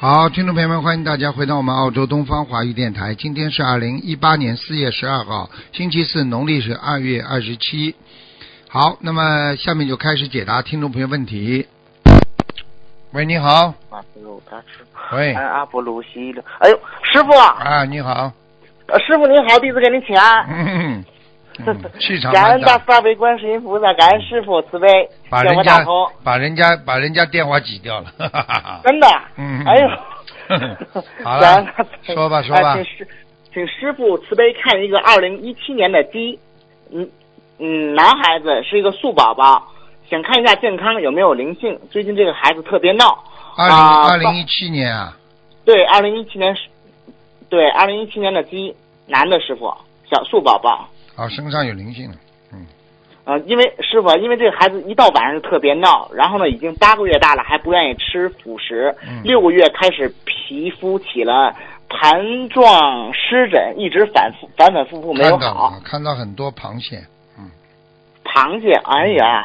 好，听众朋友们，欢迎大家回到我们澳洲东方华语电台。今天是2018年4月12号，星期四，农历是2月27。好，那么下面就开始解答听众朋友问题。喂，你好。喂。 阿波罗西的。哎呦，师傅啊，你好。 师傅你好，弟子给您请安。 气场感恩大慈大悲观世音菩萨，感恩师傅慈悲， 把人家电话挤掉了。 真的。哎呦。 好了，说吧。 请师傅慈悲看一个2017年的鸡，男孩子是一个素宝宝，想看一下健康有没有灵性。最近这个孩子特别闹。 2017年啊？ 对，2017年，对，2017年的鸡，男的师傅，小素宝宝。 身上有灵性了。 因为师傅，因为这个孩子一到晚上就特别闹，然后呢，已经8个月大了，还不愿意吃辅食，6个月开始皮肤起了盘状湿疹，一直反复没有好。 看到很多螃蟹。 螃蟹，哎呀。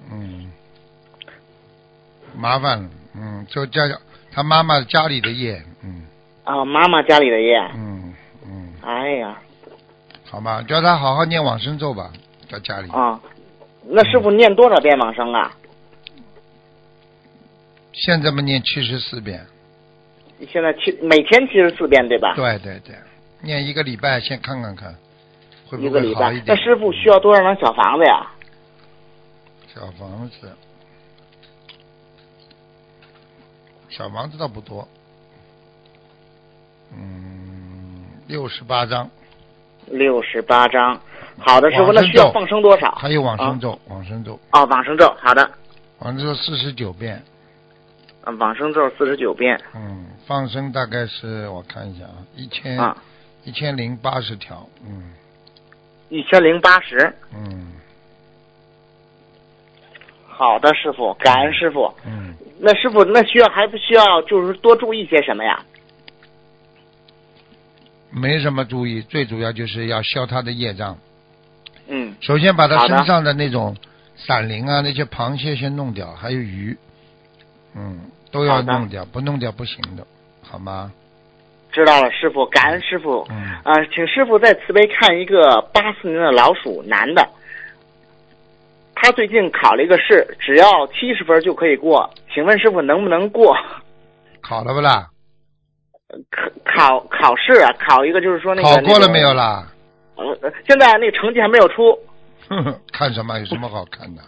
麻烦了。就叫他妈妈家里的业。 妈妈家里的业。哎呀。 好吧，叫他好好念往生咒吧，在家里。 那师傅念多少遍往生啊？ 现在嘛，念74遍。 现在每天74遍，对吧？ 对，念1个礼拜，先看看会不会好一点。 那师傅需要多少张小房子呀？ 小房子倒不多。68张。 68张。好的，师傅，那需要放生多少？ 还有往生咒。往生咒。 往生咒，好的。 往生咒49遍。 往生咒49遍。 放生大概是我看一下1080条。 1080。好的，师傅，感恩师傅。那师傅，那还不需要就是多注意些什么呀？ 没什么注意，最主要就是要消他的业障。首先把他身上的那种闪灵啊，那些螃蟹先弄掉，还有鱼，都要弄掉，不弄掉不行的，好吗？ 知道了，师傅，感恩师傅。请师傅再慈悲看一个84年的老鼠男的，他最近考了一个试，只要70分就可以过，请问师傅能不能过？ 考了不啦？ 考试啊，考一个就是说那个考过了没有啦？ 现在那个成绩还没有出。 看什么？有什么好看的？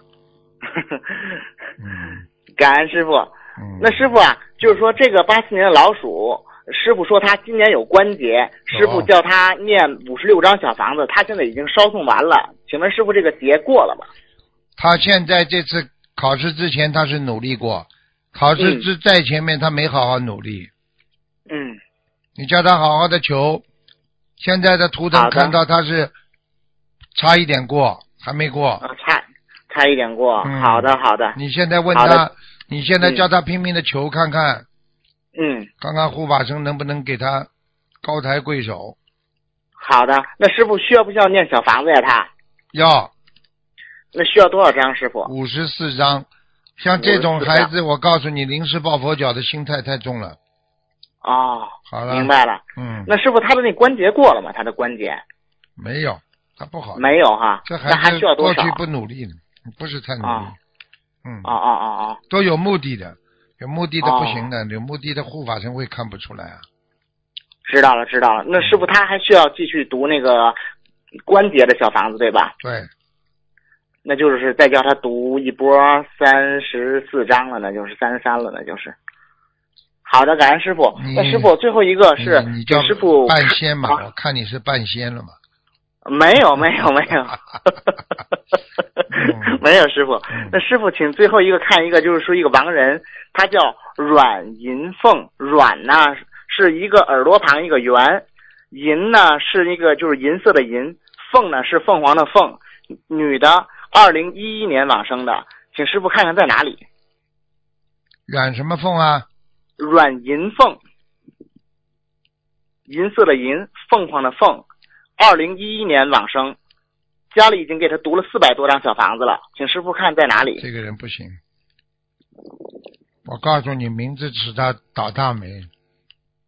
感恩师傅。那师傅啊，就是说这个84年的老鼠，师傅说他今年有关节，师傅叫他念56张小房子，他现在已经烧送完了，请问师傅这个节过了吗？ 他现在这次考试之前他是努力过，考试在前面他没好好努力。你叫他好好的求，现在的图腾看到他是差一点过，还没过。 差一点过。好的。 你现在问他，你现在叫他拼命的求看看。看看护法神能不能给他高抬贵手。 好的，那师傅需要不需要念小房子呀？他要。 那需要多少张，师傅 ？54张。像这种孩子，我告诉你，临时抱佛脚的心态太重了。好了， 明白了。那师傅他的那关节过了吗？他的关节没有，他不好。 没有哈。 这孩子还需要多少？ 过去不努力，不是太努力。都有目的的，有目的的不行的，有目的的护法神会看不出来啊。 知道了。那师傅他还需要继续读那个关节的小房子，对吧？ 对。 那就是再叫他读一波34章了，那就是33了，那就是。好的，感恩师傅。那师傅最后一个是你叫师傅半仙嘛？我看你是半仙了嘛？ 没有。没有师傅。那师傅请最后一个看一个，就是说一个亡人，他叫阮银凤。阮呢是一个耳朵旁一个圆，银呢是一个就是银色的银，凤呢是凤凰的凤，女的，2011年往生的，请师傅看看在哪里。 阮什么凤啊？ 阮银凤，银色的银，凤凰的凤，2011年往生，家里已经给他读了400多张小房子了，请师傅看在哪里。 这个人不行，我告诉你，名字使他倒大霉。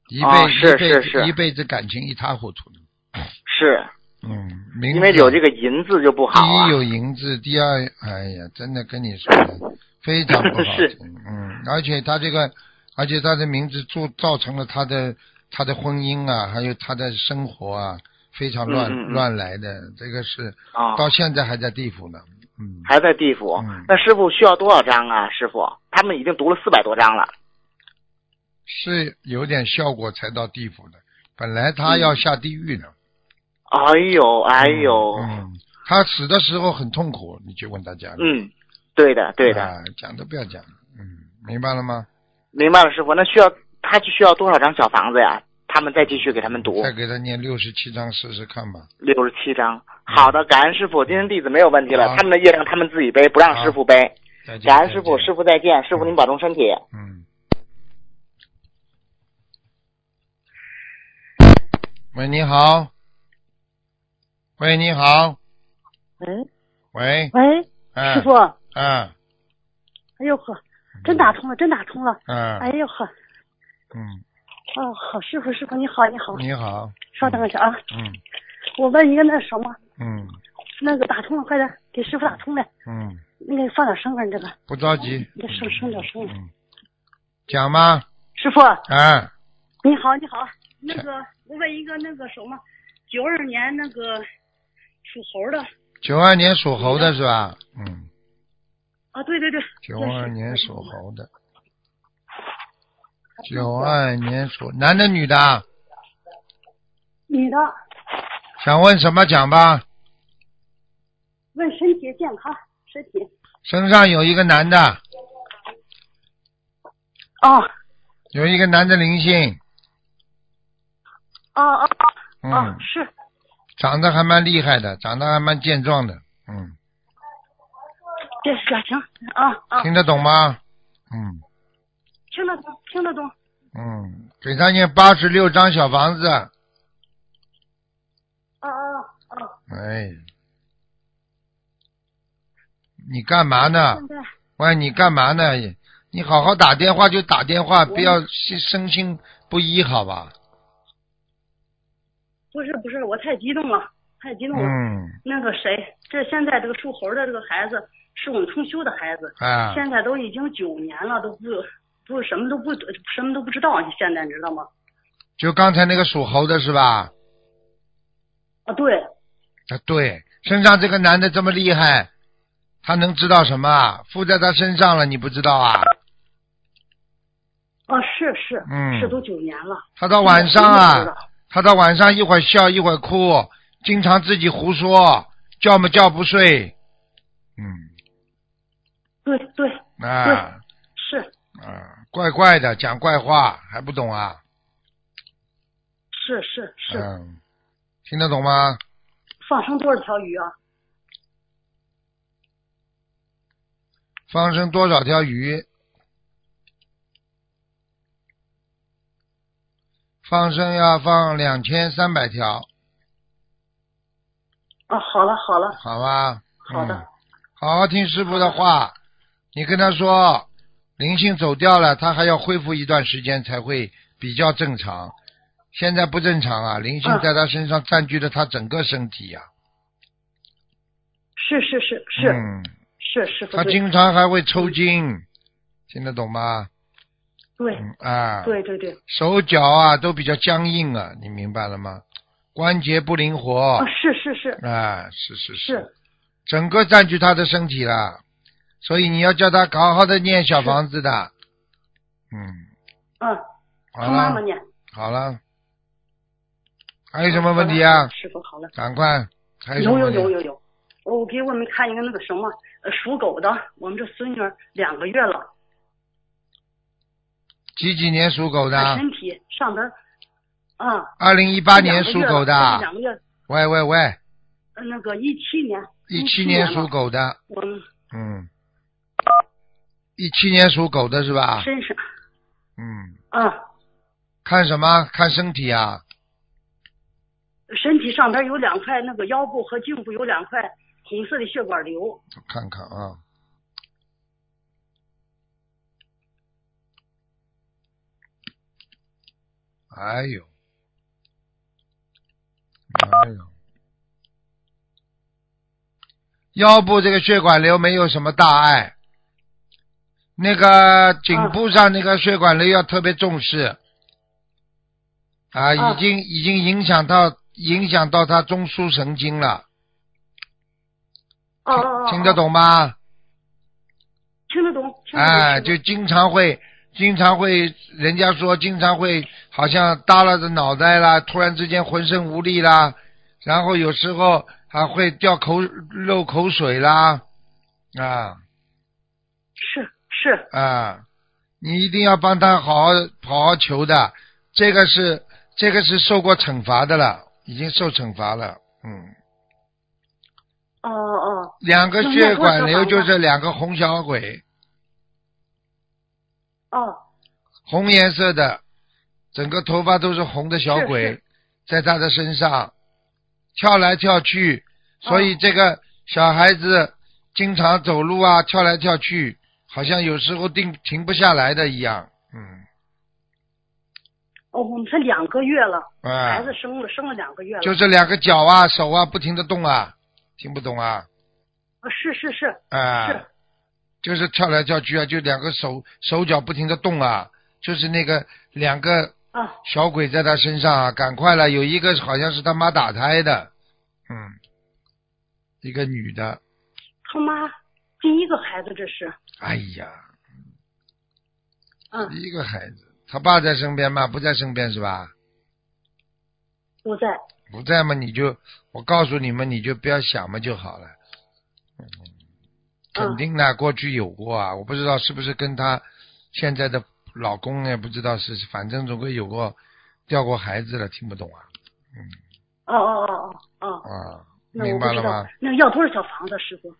是一辈子感情一塌糊涂的。 是。 因为有这个银字就不好啊。 第一有银字，第二，哎呀，真的跟你说的非常不好听。而且他的名字造成了他的婚姻啊，还有他的生活啊，非常乱来的。这个是到现在还在地府呢。 还在地府。那师傅需要多少张啊？师傅，他们已经读了400多张了。 是有点效果才到地府的，本来他要下地狱的。 哎呦， 他死的时候很痛苦，你去问他讲。 对的。 讲都不要讲。明白了吗？ 明白了，师傅。那他需要多少张小房子呀？他们再继续给他们读。 再给他念67张试试看吧。 67张，好的，感恩师傅，今天弟子没有问题了。他们的业障他们自己背，不让师傅背。感恩师傅，师傅再见，师傅您保重身体。 喂，你好。喂，你好。喂， 师傅。 哎呦呵，真打通了。哎呦呵。好，师傅你好。 你好。 稍等一下啊。我问一个那什么。那个打通了，快点给师傅打通了。那个放点声儿，这个。 不着急。 你声点声。 讲吗？ 师傅。你好。那个我问一个那个什么，92年那个属猴的。 92年属猴的是吧？ 对。 92年属猴的。92年属男的女的？ 女的。 想问什么讲吧？ 问身体健康，身体。 身上有一个男的。有一个男的灵性。 是。 长得还蛮厉害的，长得还蛮健壮的。 这行。 听得懂吗？ 听得懂。 给他念86张小房子。你干嘛呢？喂，你干嘛呢？你好好打电话就打电话，不要身心不一，好吧？ 不是，我太激动了。那个谁，这现在这个属猴的这个孩子是我们重修的孩子，现在都已经9年了，都不什么都不知道，你现在知道吗？ 就刚才那个属猴的是吧？ 对。 对，身上这个男的这么厉害，他能知道什么？附在他身上了，你不知道啊？ 是。是都9年了。 他到晚上一会儿笑一会儿哭，经常自己胡说，觉不睡。 对。是。 怪怪的，讲怪话还不懂啊？ 是。 听得懂吗？ 放生多少条鱼啊？ 放生多少条鱼？放生要放2300条。 好了。 好吧。 好的。 好好听师傅的话，你跟他说灵性走掉了，他还要恢复一段时间才会比较正常。现在不正常啊，灵性在他身上占据了他整个身体呀。 是。师傅。 他经常还会抽筋，听得懂吗？ 对。对。 手脚啊都比较僵硬啊，你明白了吗？关节不灵活。 是。 是。整个占据他的身体了，所以你要叫他好好的念小房子的。 好妈妈念。 好了。还有什么问题啊？ 师傅好了。 赶快。 有。我给我们看一个那个什么，属狗的，我们这孙女2个月了。 几年属狗的？ 身体上边。 2018年属狗的。 2个月。 喂。 那个17年。 17年属狗的。17年属狗的是吧？ 身上。 看什么？看身体啊？ 身体上边有2块，那个腰部和颈部有2块红色的血管瘤。 看看啊。 哎呦，腰部这个血管瘤没有什么大碍，那个颈部上那个血管瘤要特别重视啊，已经影响到他中枢神经了。听得懂吗？ 听得懂。 哎，就经常会，人家说经常会好像耷拉着脑袋啦，突然之间浑身无力啦，然后有时候还会漏口水啦，啊。 是啊，你一定要帮他好好求的，这个是受过惩罚的了，已经受惩罚了，两个血管瘤就是两个红小鬼，红颜色的，整个头发都是红的小鬼，在他的身上跳来跳去，所以这个小孩子经常走路啊，跳来跳去，好像有时候停不下来的一样， 我们才2个月了，孩子生了2个月了， 就是两个脚啊手啊不停的动啊，听不懂啊？ 是就是跳来跳去啊，就两个手脚不停的动啊，就是那个两个小鬼在他身上啊，赶快了，有一个好像是他妈打胎的，一个女的， 他妈第一个孩子这是， 哎呀，第一个孩子，他爸在身边吗？不在身边是吧？不在嘛，我告诉你们，你就不要想嘛就好了。肯定的，过去有过啊，我不知道是不是跟他现在的老公也不知道是，反正总归有过掉过孩子了，听不懂啊。明白了吗？ 那要多少小房子，师傅？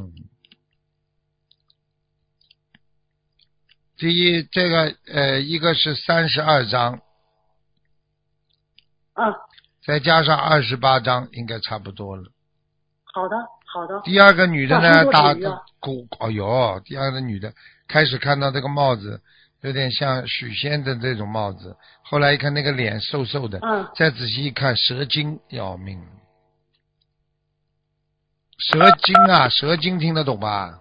第一，这个一个是32张，再加上28张，应该差不多了。 好的。 第二个女的呢，打鼓，第二个女的开始看到这个帽子，有点像许仙的这种帽子，后来一看那个脸瘦瘦的，再仔细一看，蛇精，要命！蛇精听得懂吧？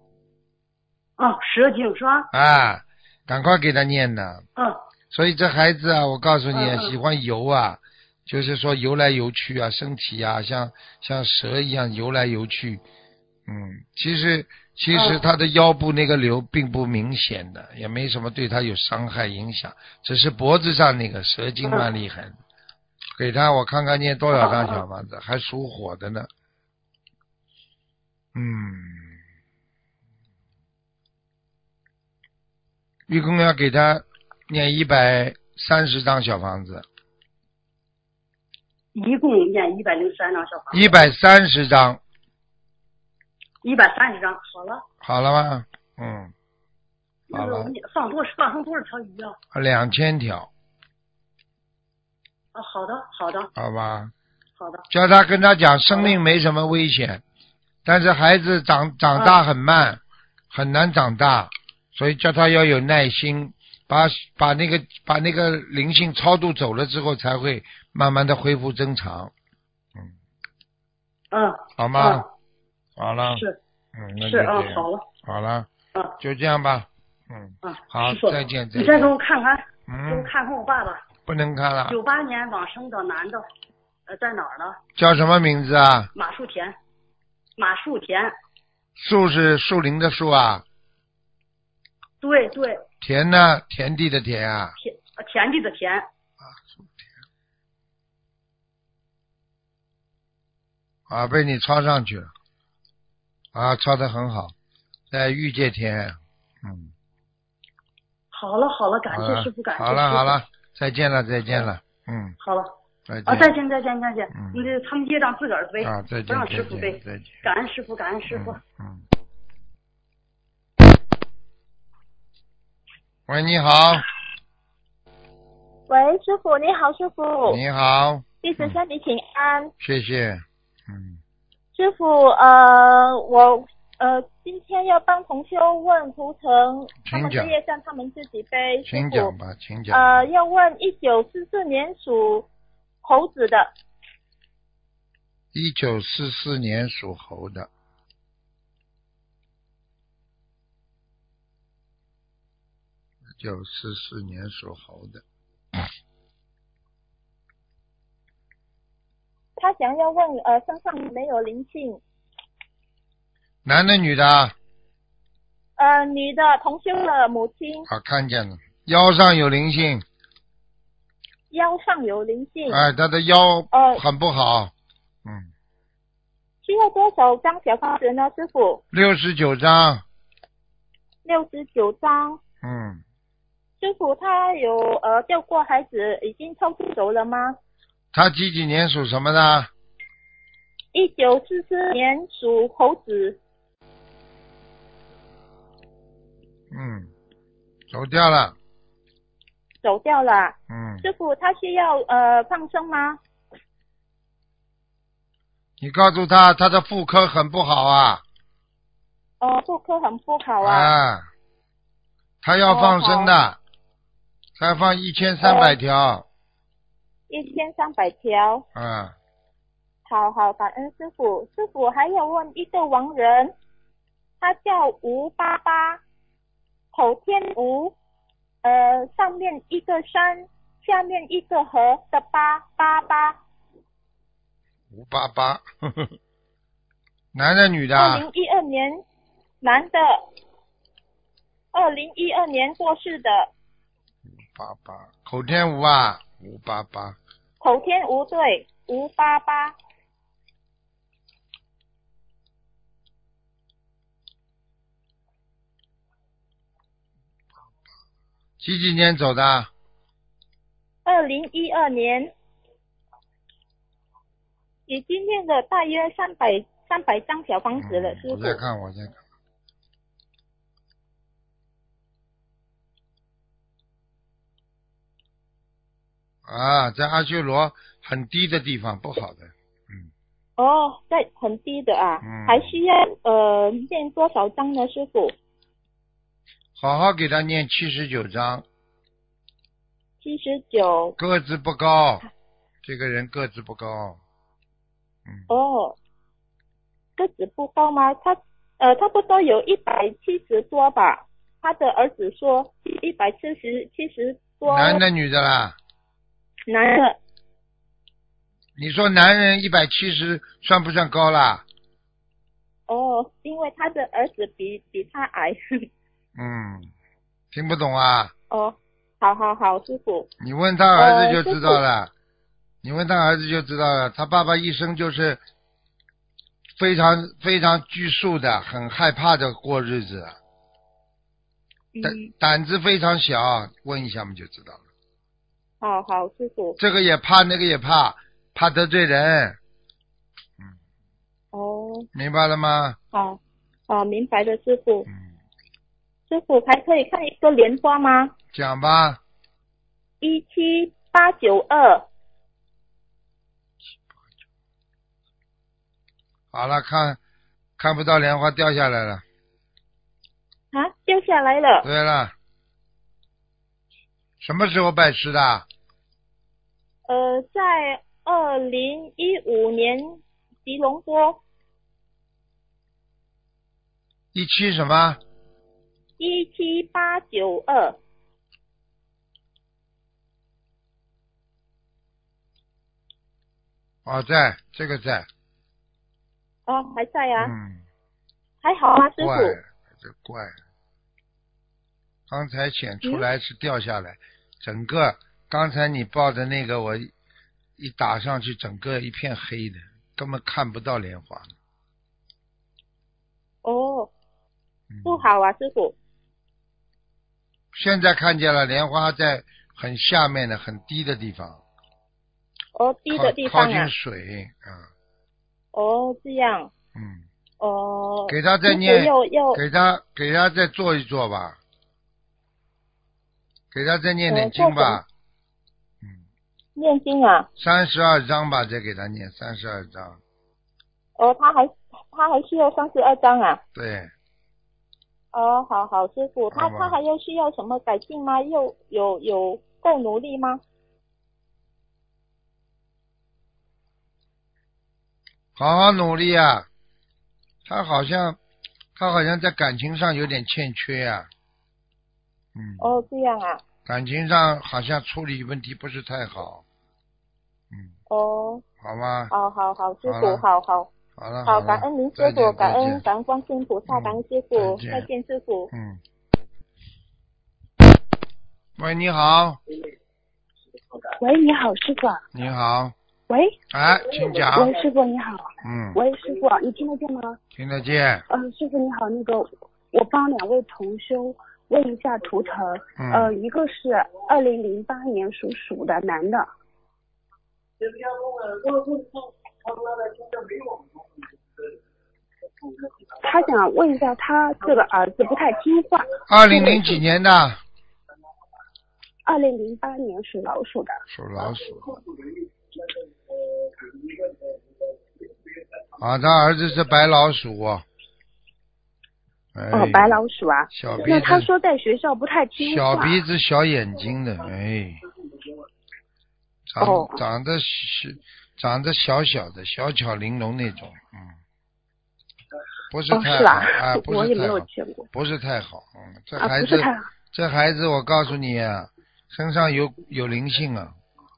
蛇精是吧？ 赶快给他念呢。所以这孩子啊，我告诉你，喜欢游啊。就是说游来游去啊，身体啊像蛇一样游来游去，其实他的腰部那个瘤并不明显的，也没什么对他有伤害影响，只是脖子上那个蛇精蛮厉害的。给他我看看念多少张小房子，还属火的呢。一共要给他念130张小房子。 一共念103张小房子。 130张。 130张， 好了吗？ 好了。放生多少条鱼啊 ？2000条。 好的。 好吧。 好的。 叫他跟他讲，生命没什么危险，但是孩子长大很慢，很难长大，所以叫他要有耐心，把那个灵性超度走了之后，才会慢慢的恢复正常。好吗？好了。好了。就这样吧。好，再见。 你再给我看看，我爸爸。 不能看了。 98年往生的男的，在哪儿呢？ 叫什么名字啊？ 马树田。 树是树林的树啊？ 对。 田呢？田地的田啊？ 田地的田。 树田。被你抄上去了。抄得很好，在玉界田。 好了，感谢师傅，感谢师傅。 好了，再见了。 好了。 再见。 他们业障自个儿背， 再见， 不让师傅背。 再见。 感恩师傅。 喂，你好。 喂，师傅，你好，师傅。 你好。 弟子向你请安。 谢谢。 师傅，我今天要帮同修问图腾，他们的业障他们自己背。 请讲吧，请讲。 要问1944年属猴子的。 1944年属猴的。1944年属猴的。 他想要问身上没有灵性。 男的女的？ 女的，同修的母亲。 看见了，腰上有灵性。 腰上有灵性。 他的腰很不好。 需要多少张小房子呢，师傅 ？69张。 69张。师傅，他有掉过孩子，已经超度走了吗？ 他几年属什么的 ？1944年属猴子。 走掉了。 走掉了。师傅，他需要放生吗？ 你告诉他，他的妇科很不好啊。 妇科很不好啊。 他要放生的，他要放1300条。 1300条。好，感恩师傅。师傅还要问一个亡人，他叫吴八八，口天吴，上面一个山，下面一个河的八八。 吴八八，男的女的 ？2012年，男的。2012年过世的。 吴八八，口天吴啊，吴八八。 口天吴，对，吴八八。 几年走的 ？2012年。已经念了大约300张小房子了，师傅。 我在看。在阿修罗很低的地方，不好的。 在很低的啊。还需要念多少张呢，师傅？ 好好给他念79章。 79。 个子不高，这个人个子不高。 个子不高吗？他差不多有170多吧。他的儿子说170多。 男的女的啦？ 男的。 你说男人170算不算高啦？ 因为他的儿子比他矮。 听不懂啊？ 好，师傅。 你问他儿子就知道了。他爸爸一生就是非常非常拘束的，很害怕的过日子。胆子非常小，问一下我们就知道了。 好，师傅。 这个也怕，那个也怕，怕得罪人。明白了吗？ 明白的，师傅。师傅还可以看一个莲花吗？ 讲吧。 17892。 好了，看不到莲花掉下来了。 掉下来了。 对了。什么时候拜师的？ 在2015年吉隆坡。 17什么 ？17892。 在这个在。 还在啊。还好啊，师傅。 这怪。刚才显出来是掉下来，整个刚才你抱的那个，我一打上去，整个一片黑的，根本看不到莲花。 不好啊，师傅。 现在看见了，莲花在很下面的、很低的地方。 低的地方靠近水。 这样。 给他再念，给他再做一做吧。给他再念点经吧。 念经啊。 32章吧，再给他念32章。 他还需要32张啊？ 对。 哦，好，师傅，他还要需要什么改进吗？有够努力吗？ 好好努力啊！他好像在感情上有点欠缺啊。 哦，这样啊。 感情上好像处理问题不是太好。 哦。 好吗？ 好，师傅，好。好，感恩您师傅，感恩观世音菩萨，感恩师傅，再见师傅。 喂，你好。 喂，你好，师傅。 你好。 喂。 请讲。 喂，师傅你好。喂，师傅，你听得见吗？ 听得见。 师傅你好，我帮2位同修问一下图腾。一个是2008年属鼠的男的。他想问一下，他这个儿子不太听话。 2000几年的 ？2008年属老鼠的。 属老鼠。他儿子是白老鼠。 白老鼠啊。 小鼻子。 那他说在学校不太听话。 小鼻子小眼睛的，长得小小的，小巧玲珑那种，不是太好，不是太好，不是太好，这孩子我告诉你啊，身上有灵性啊，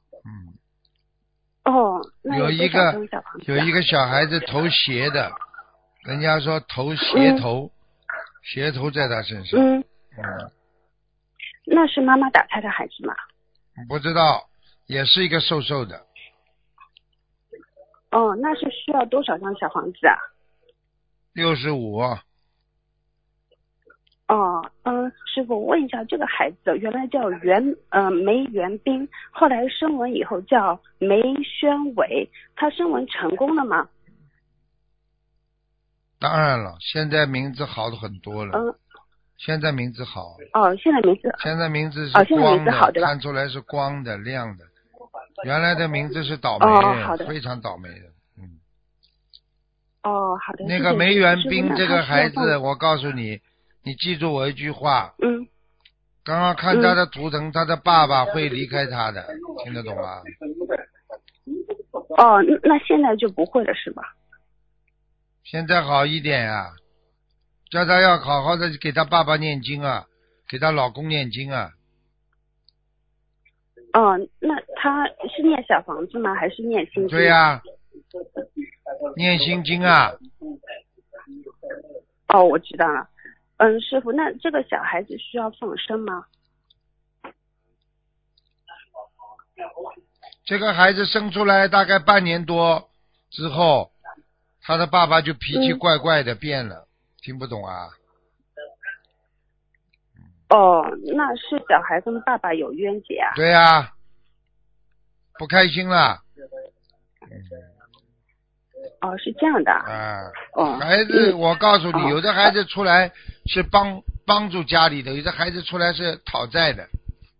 有一个小孩子头斜的，人家说头斜头，斜头在他身上， 那是妈妈打胎的孩子吗？ 不知道，也是一个瘦瘦的。 那是需要多少张小房子啊 ？65。 师傅问一下，这个孩子原来叫梅元斌，后来声纹以后叫梅宣伟，他声纹成功了吗？ 当然了，现在名字好很多了。现在名字好。 现在名字是光的， 好对吧？ 看出来是光的亮的。原来的名字是倒霉的，非常倒霉的。 好的。 那个梅元斌这个孩子，我告诉你，你记住我一句话。刚刚看他的图腾，他的爸爸会离开他的，听得懂吗？ 那现在就不会了是吧？ 现在好一点啊，叫他要好好的给他爸爸念经啊，给他老公念经啊。 那他是念小房子吗？还是念心经？ 对呀，念心经啊。 我知道了。师傅，那这个小孩子需要放生吗？ 这个孩子生出来大概半年多之后，他的爸爸就脾气怪怪的变了，听不懂啊？ 那是小孩跟爸爸有冤结啊？ 对啊，不开心了。 是这样的。 孩子，我告诉你，有的孩子出来是帮助家里的，有的孩子出来是讨债的。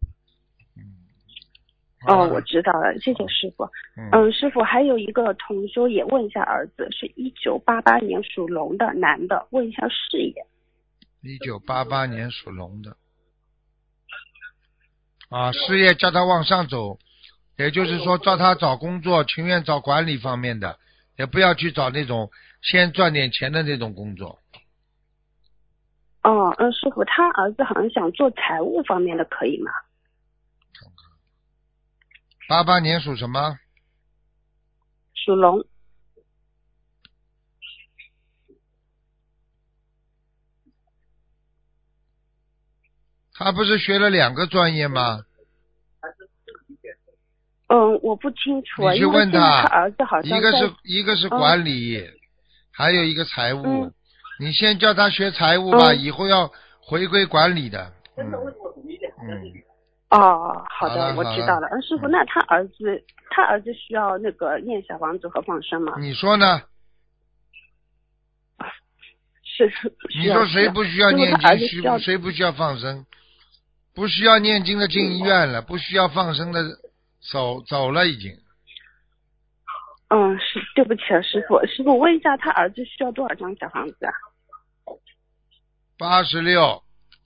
我知道了，谢谢师傅。师傅还有一个同修也问一下儿子，是1988年属龙的男的，问一下事业。 1988年属龙的。事业叫他往上走，也就是说叫他找工作，情愿找管理方面的，也不要去找那种先赚点钱的那种工作。 师傅，他儿子好像想做财务方面的，可以吗 ？88年属什么？ 属龙。 他不是学了2个专业吗？ 我不清楚。 你去问他儿子好像一个是管理，还有一个财务。你先叫他学财务吧，以后要回归管理的。 好的，我知道了。师傅，那他儿子需要那个念小房子和放生吗？ 你说呢？ 是。 你说谁不需要念经？谁不需要放生？不需要念经的进医院了，不需要放生的走了已经。 是对不起了，师傅。师傅问一下，他儿子需要多少张小房子啊 ？86。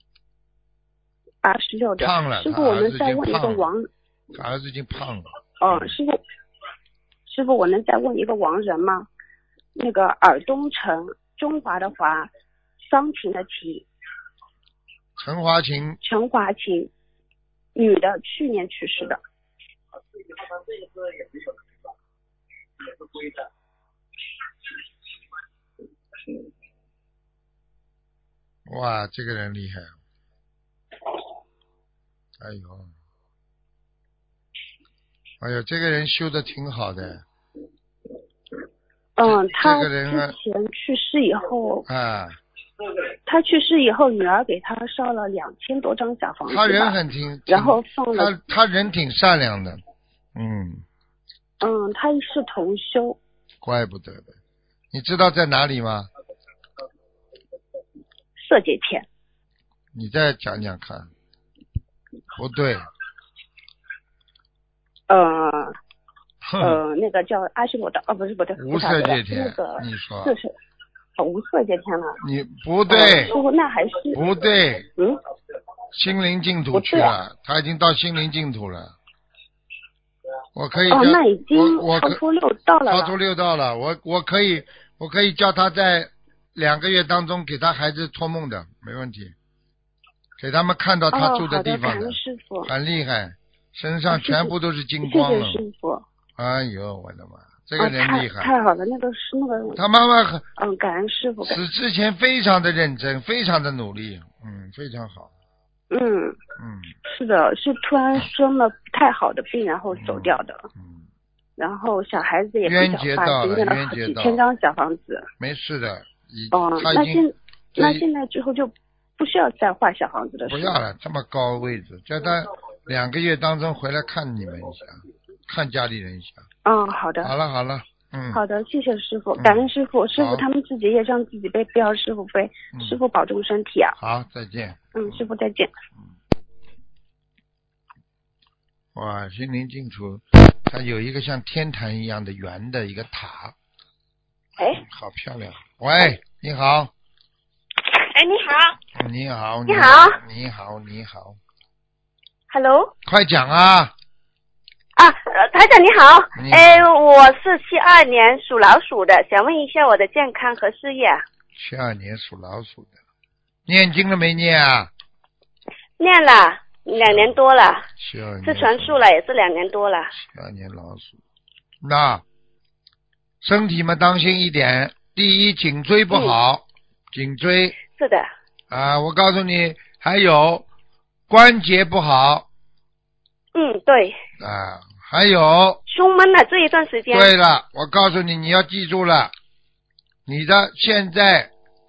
86的。 胖了。 师傅，我们再问一个王。 他儿子已经胖了。 师傅，我能再问一个亡人吗？那个尔东城，中华的华，桑晴的晴。 陈华琴。 陈华琴，女的，去年去世的。 哇，这个人厉害！哎呦，这个人修的挺好的。 他这个人之前去世以后啊， 他去世以后，女儿给他烧了2000多张小房子。 他人很然后放了他人挺善良的。 他是同修。 怪不得的。你知道在哪里吗？ 色界天。 你再讲讲看。不对。 那个叫阿修罗道，不对， 无色界天。 那个你说这是无色界天了。 你不对。 师傅，那还是不对。心灵净土去了，他已经到心灵净土了。我可以那已经超出6道了。 超出6道了，我可以叫他在2个月当中给他孩子托梦的，没问题。给他们看到他住的地方的。 师傅。 很厉害，身上全部都是金光了。 谢谢师傅。 哎呦，我的妈，这个人厉害。 太好了，那个是那个。 他妈妈感恩师傅。 死之前非常的认真，非常的努力，非常好。 是的，是突然生了不太好的病，然后走掉的。然后小孩子也比较大，念了几千张小房子。 没事的。 那现在之后就不需要再换小房子的。 不要了，这么高位置，叫他2个月当中回来看你们一下，看家里人一下。 好的。 好了。 好的，谢谢师傅，感恩师傅。师傅他们自己业障自己背，不要师傅背。师傅保重身体啊。 好，再见。 师傅再见。 哇，心灵净土，它有一个像天坛一样的圆的一个塔。好漂亮。喂，你好。 你好。 你好。 你好。 你好，你好。 Hello。 快讲啊。 台长你好。我是72年属老鼠的，想问一下我的健康和事业。 72年属老鼠的，念经了没念啊？ 念了2年多了。 72年。 吃全素了也是2年多了。 72年老鼠，那身体嘛当心一点。第一，颈椎不好。颈椎。 是的。 我告诉你，还有关节不好。 对。 还有胸闷了这一段时间。 对了，我告诉你，你要记住了，你的现在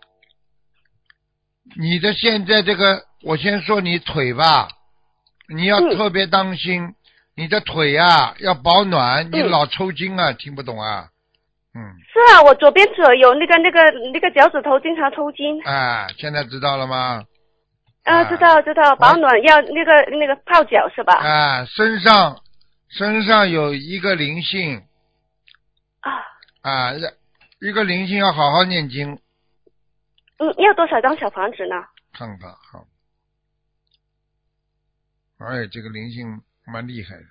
这个，我先说你腿吧，你要特别当心，你的腿要保暖，你老抽筋啊，听不懂啊？ 是啊，我左边腿有那个脚趾头经常抽筋。 现在知道了吗？ 知道，保暖要那个泡脚是吧？ 身上有一个灵性。一个灵性要好好念经。 要多少张小房子呢？ 看看哈。这个灵性蛮厉害的。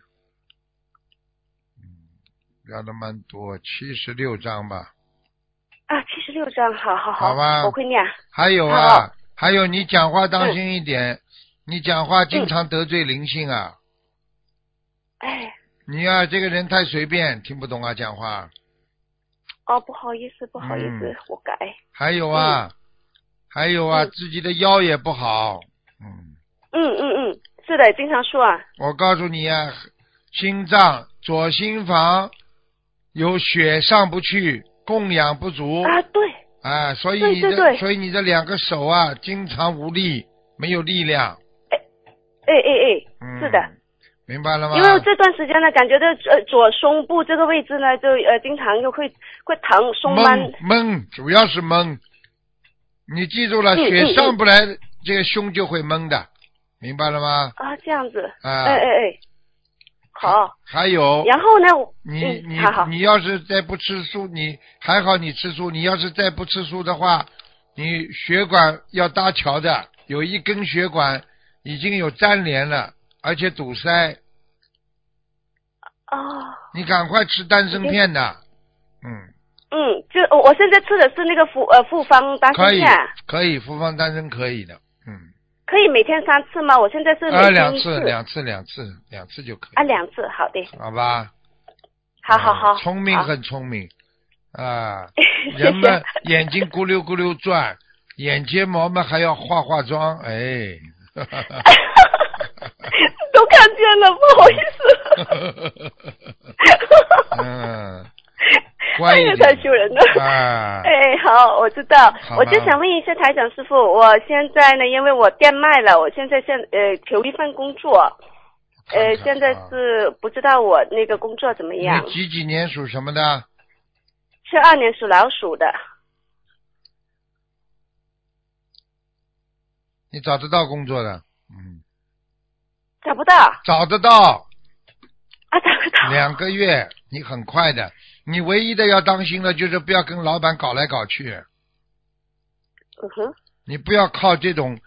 要的蛮多，76张吧。 76张，好。 好吧， 我会念。 还有你讲话当心一点，你讲话经常得罪灵性啊。你这个人太随便，听不懂啊，讲话。 不好意思，我改。 还有自己的腰也不好。 是的，经常说啊。 我告诉你心脏左心房有血上不去，供氧不足。 对。 所以你这2个手经常无力，没有力量。 是的。 明白了吗？ 因为这段时间呢，感觉到左胸部这个位置呢，就经常又会疼，胸闷， 主要是闷。你记住了，血上不来，这个胸就会闷的，明白了吗？ 这样子。 好。 还有。 然后呢？ 你要是再不吃素，你还好你吃素，你要是再不吃素的话，你血管要搭桥的，有一根血管已经有粘连了，而且堵塞。 哦。 你赶快吃丹参片的。 就我现在吃的是那个复方丹参片。 可以，复方丹参可以的。 可以每天3次吗？我现在是每天1次。 两次就可以。 2次，好的。 好吧。 好。 聪明很聪明啊！人们眼睛咕溜咕溜转，眼睫毛们还要化妆，哎。 都看见了，不好意思。 乖一点。 太羞人了。好，我知道。我就想问一下台长师傅，我现在呢，因为我店卖了，我现在求一份工作。现在是不知道我那个工作怎么样。 你几年属什么的 ？72年属老鼠的。 你找得到工作的？ 找不到。 找得到。 找得到。 2个月，你很快的。你唯一的要当心的就是不要跟老板搞来搞去。你不要靠这种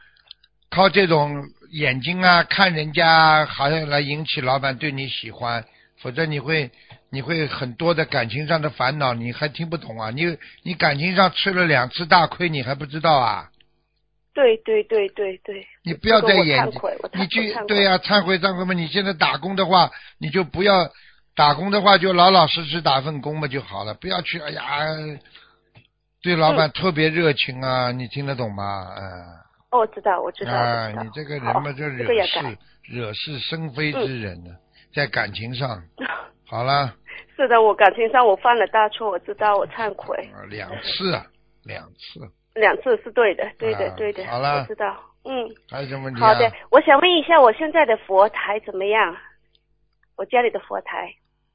眼睛啊，看人家好像来引起老板对你喜欢，否则你会很多的感情上的烦恼，你还听不懂啊？你感情上吃了2次大亏，你还不知道啊？ 对。 你不要再眼睛，你去对呀，忏悔嘛！你现在打工的话，你就不要打工的话，就老老实实打份工嘛就好了，不要去对老板特别热情啊，你听得懂吗？ 我知道。 你这个人嘛，就惹是生非之人呢，在感情上。好了。 是的，我感情上我犯了大错，我知道，我忏悔。 2次。 2次是对的，对的。 好了。 我知道。 还有什么问题？ 好的，我想问一下，我现在的佛台怎么样？我家里的佛台。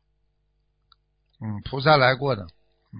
菩萨来过的。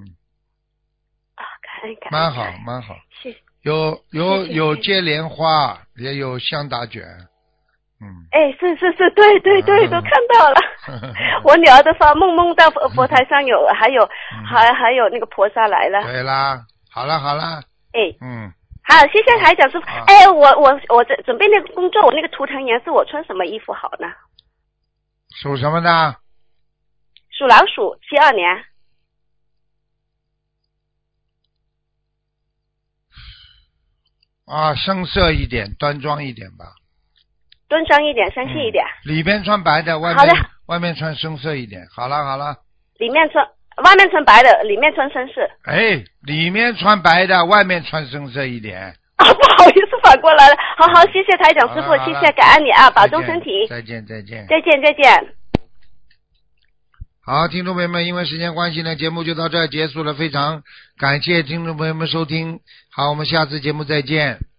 感恩。 蛮好。 谢谢。 有接莲花，也有香打卷。 是，对，都看到了。我女儿都发梦到佛台上有，还有那个菩萨来了。 对啦，好了。 好，谢谢台长师傅。我准备那个工作，我那个图腾颜色，我穿什么衣服好呢？ 属什么的？ 属老鼠，72年。 深色一点，端庄一点吧。 端庄一点，生气一点。 里边穿白的，外面穿深色一点。好了。 外面穿白的，里面穿深色。 里面穿白的，外面穿深色一点。 不好意思，反过来了。好，谢谢台长师傅，谢谢，感恩你啊，保重身体。 再见。 再见。 好，听众朋友们，因为时间关系呢，节目就到这儿结束了，非常感谢听众朋友们收听。好，我们下次节目再见。